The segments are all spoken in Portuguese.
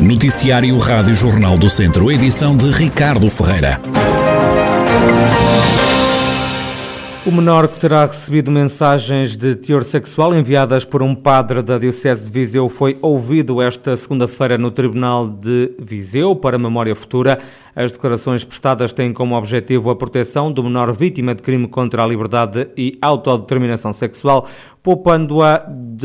Noticiário Rádio Jornal do Centro, edição de Ricardo Ferreira. O menor que terá recebido mensagens de teor sexual enviadas por um padre da Diocese de Viseu foi ouvido esta segunda-feira no Tribunal de Viseu para memória futura. As declarações prestadas têm como objetivo a proteção do menor vítima de crime contra a liberdade e autodeterminação sexual, poupando-a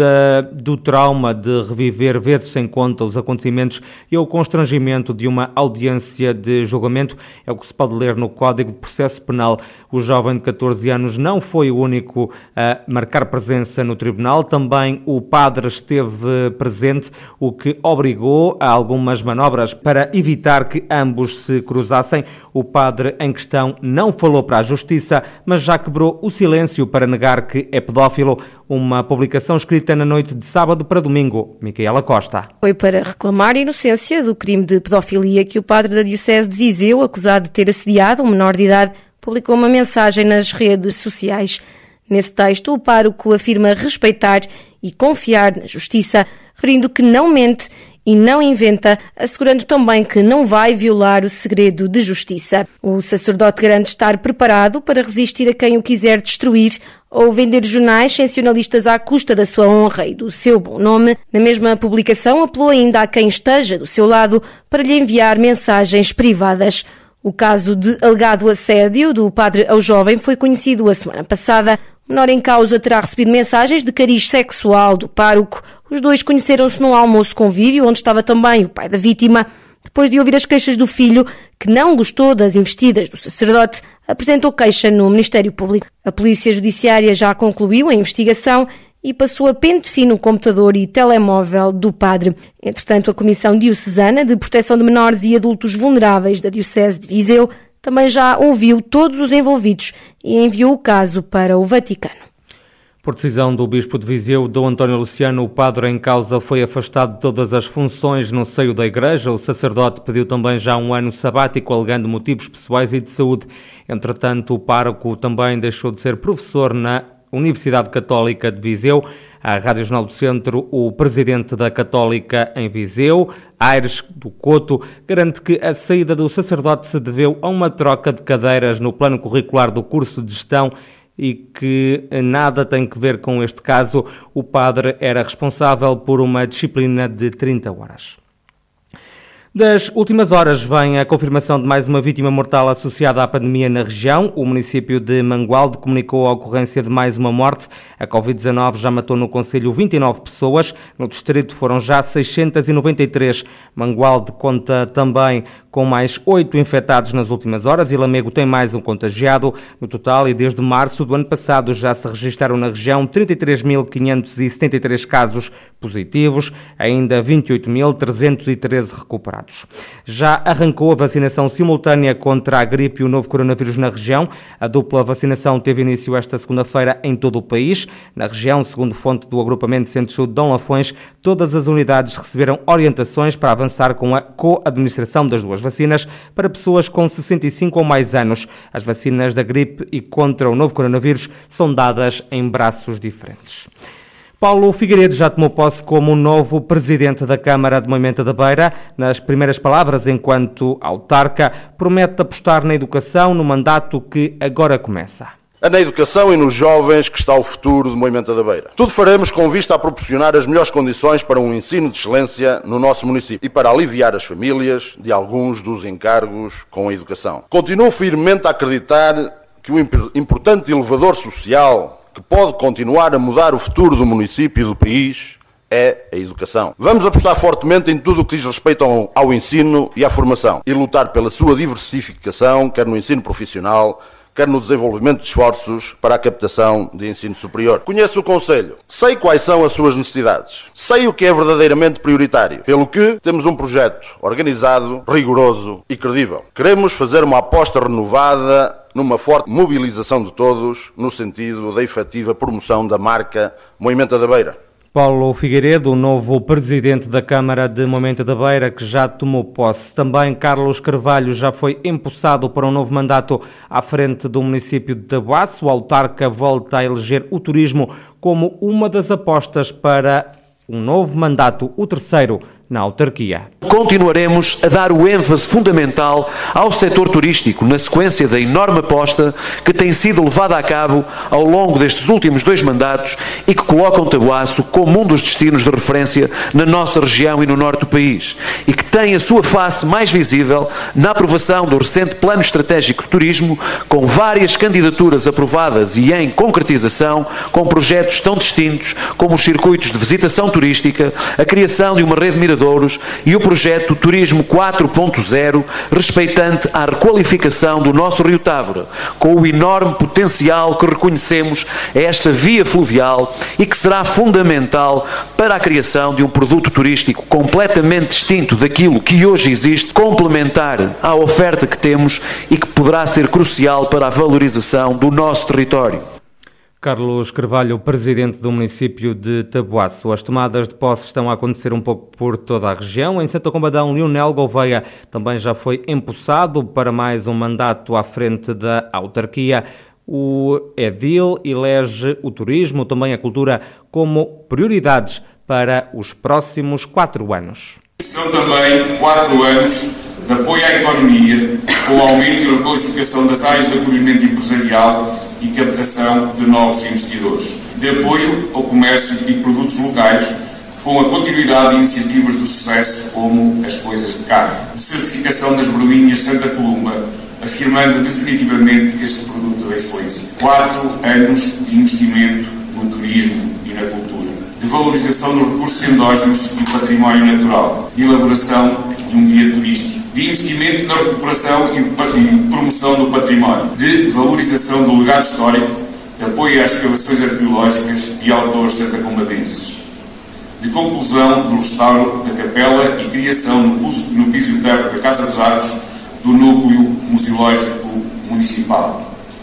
do trauma de reviver vezes sem conta os acontecimentos e o constrangimento de uma audiência de julgamento. É o que se pode ler no Código de Processo Penal. O jovem de 14 anos não foi o único a marcar presença no tribunal. Também o padre esteve presente, o que obrigou a algumas manobras para evitar que ambos se cruzassem. O padre em questão não falou para a Justiça, mas já quebrou o silêncio para negar que é pedófilo. Uma publicação escrita na noite de sábado para domingo. Micaela Costa. Foi para reclamar a inocência do crime de pedofilia que o padre da Diocese de Viseu, acusado de ter assediado um menor de idade, publicou uma mensagem nas redes sociais. Nesse texto, o pároco afirma respeitar e confiar na Justiça, referindo que não mente e não inventa, assegurando também que não vai violar o segredo de justiça. O sacerdote garante estar preparado para resistir a quem o quiser destruir ou vender jornais sensacionalistas à custa da sua honra e do seu bom nome. Na mesma publicação, apelou ainda a quem esteja do seu lado para lhe enviar mensagens privadas. O caso de alegado assédio do padre ao jovem foi conhecido a semana passada. O menor em causa terá recebido mensagens de cariz sexual do pároco. Os dois conheceram-se num almoço convívio, onde estava também o pai da vítima. Depois de ouvir as queixas do filho, que não gostou das investidas do sacerdote, apresentou queixa no Ministério Público. A Polícia Judiciária já concluiu a investigação e passou a pente fino o computador e telemóvel do padre. Entretanto, a Comissão Diocesana de Proteção de Menores e Adultos Vulneráveis da Diocese de Viseu também já ouviu todos os envolvidos e enviou o caso para o Vaticano. Por decisão do Bispo de Viseu, Dom António Luciano, o padre em causa foi afastado de todas as funções no seio da Igreja. O sacerdote pediu também já um ano sabático, alegando motivos pessoais e de saúde. Entretanto, o pároco também deixou de ser professor na Universidade Católica de Viseu. À Rádio Jornal do Centro, o presidente da Católica em Viseu, Aires do Couto, garante que a saída do sacerdote se deveu a uma troca de cadeiras no plano curricular do curso de gestão e que nada tem que ver com este caso. O padre era responsável por uma disciplina de 30 horas. Das últimas horas vem a confirmação de mais uma vítima mortal associada à pandemia na região. O município de Mangualde comunicou a ocorrência de mais uma morte. A Covid-19 já matou no concelho 29 pessoas. No distrito foram já 693. Mangualde conta também com mais 8 infectados nas últimas horas e Lamego tem mais um contagiado. No total, e desde março do ano passado, já se registaram na região 33.573 casos positivos, ainda 28.313 recuperados. Já arrancou a vacinação simultânea contra a gripe e o novo coronavírus na região. A dupla vacinação teve início esta segunda-feira em todo o país. Na região, segundo fonte do agrupamento de Centro de Saúde de Dom Lafões, todas as unidades receberam orientações para avançar com a co-administração das duas vacinas para pessoas com 65 ou mais anos. As vacinas da gripe e contra o novo coronavírus são dadas em braços diferentes. Paulo Figueiredo já tomou posse como o novo presidente da Câmara de Moimenta da Beira. Nas primeiras palavras, enquanto autarca, promete apostar na educação no mandato que agora começa. É na educação e nos jovens que está o futuro de Moimenta da Beira. Tudo faremos com vista a proporcionar as melhores condições para um ensino de excelência no nosso município e para aliviar as famílias de alguns dos encargos com a educação. Continuo firmemente a acreditar que o importante elevador social que pode continuar a mudar o futuro do município e do país é a educação. Vamos apostar fortemente em tudo o que diz respeito ao ensino e à formação e lutar pela sua diversificação, quer no ensino profissional, quer no desenvolvimento de esforços para a captação de ensino superior. Conheço o Conselho, sei quais são as suas necessidades, sei o que é verdadeiramente prioritário, pelo que temos um projeto organizado, rigoroso e credível. Queremos fazer uma aposta renovada numa forte mobilização de todos no sentido da efetiva promoção da marca Moimenta da Beira. Paulo Figueiredo, o novo presidente da Câmara de Moimenta da Beira, que já tomou posse. Também Carlos Carvalho já foi empossado para um novo mandato à frente do município de Taboaço. O autarca volta a eleger o turismo como uma das apostas para um novo mandato, o terceiro na autarquia. Continuaremos a dar o ênfase fundamental ao setor turístico na sequência da enorme aposta que tem sido levada a cabo ao longo destes últimos 2 mandatos e que coloca o Taboaço como um dos destinos de referência na nossa região e no norte do país e que tem a sua face mais visível na aprovação do recente Plano Estratégico de Turismo, com várias candidaturas aprovadas e em concretização, com projetos tão distintos como os circuitos de visitação turística, a criação de uma rede de miradouros e o projeto Turismo 4.0, respeitante à requalificação do nosso Rio Távora, com o enorme potencial que reconhecemos a esta via fluvial e que será fundamental para a criação de um produto turístico completamente distinto daquilo que hoje existe, complementar à oferta que temos e que poderá ser crucial para a valorização do nosso território. Carlos Carvalho, presidente do município de Taboaço. As tomadas de posse estão a acontecer um pouco por toda a região. Em Santa Combadão, Leonel Gouveia também já foi empossado para mais um mandato à frente da autarquia. O edil elege o turismo, também a cultura, como prioridades para os próximos 4 anos. São também 4 anos de apoio à economia, com o aumento e requalificação das áreas de acolhimento empresarial e captação de novos investidores, de apoio ao comércio e produtos locais, com a continuidade de iniciativas de sucesso como as coisas de carne, de certificação das broinhas Santa Columba, afirmando definitivamente este produto da excelência. 4 anos de investimento no turismo e na cultura, de valorização dos recursos endógenos e património natural, de elaboração de um guia turístico, de investimento na recuperação e promoção do património, de valorização do legado histórico, de apoio às escavações arqueológicas e autores santacombadenses, de conclusão do restauro da capela e criação no piso interno da Casa dos Arcos do núcleo museológico municipal,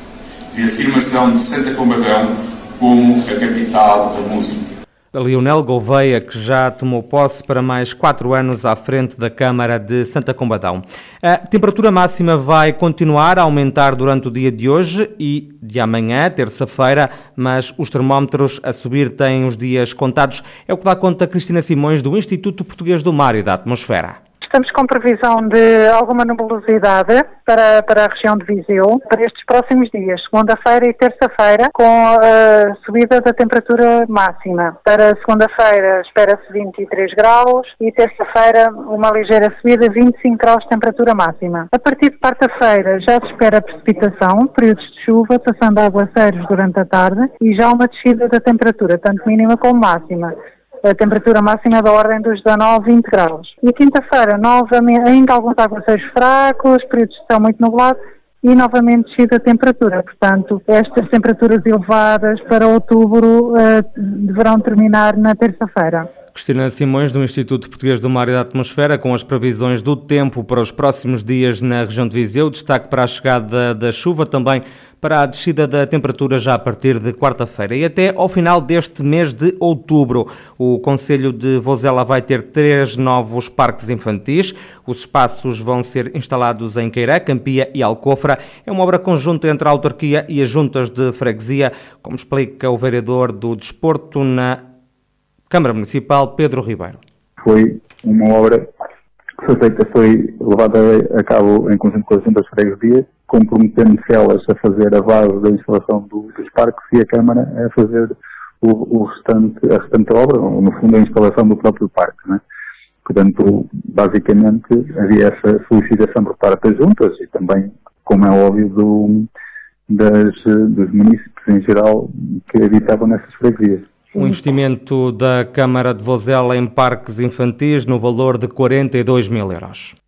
de afirmação de Santa Combadão como a capital da música. Leonel Gouveia, que já tomou posse para mais 4 anos à frente da Câmara de Santa Combadão. A temperatura máxima vai continuar a aumentar durante o dia de hoje e de amanhã, terça-feira, mas os termómetros a subir têm os dias contados. É o que dá conta Cristina Simões, do Instituto Português do Mar e da Atmosfera. Estamos com previsão de alguma nebulosidade para a região de Viseu para estes próximos dias, segunda-feira e terça-feira, com a subida da temperatura máxima. Para segunda-feira espera-se 23 graus e terça-feira uma ligeira subida, 25 graus de temperatura máxima. A partir de quarta-feira já se espera precipitação, períodos de chuva, passando a aguaceiros durante a tarde e já uma descida da temperatura, tanto mínima como máxima. A temperatura máxima é da ordem dos 19, 20 graus. E quinta-feira, novamente, ainda alguns aguaceiros fracos, períodos de céu muito nublado e novamente descida a temperatura. Portanto, estas temperaturas elevadas para outubro deverão terminar na terça-feira. Cristina Simões, do Instituto Português do Mar e da Atmosfera, com as previsões do tempo para os próximos dias na região de Viseu. Destaque para a chegada da chuva, também para a descida da temperatura já a partir de quarta-feira. E até ao final deste mês de outubro, o Concelho de Vozela vai ter 3 novos parques infantis. Os espaços vão ser instalados em Queirã, Campia e Alcofra. É uma obra conjunta entre a autarquia e as juntas de freguesia, como explica o vereador do Desporto na Câmara Municipal, Pedro Ribeiro. Foi uma obra que foi levada a cabo em conjunto com as juntas de freguesia, comprometendo-se elas a fazer a base da instalação dos parques e a Câmara a fazer a restante obra, ou no fundo a instalação do próprio parque, né? Portanto, basicamente havia essa solicitação por parte das juntas e também, como é óbvio, dos municípios em geral que habitavam nessas freguesias. Um investimento da Câmara de Vozela em parques infantis no valor de 42 mil euros.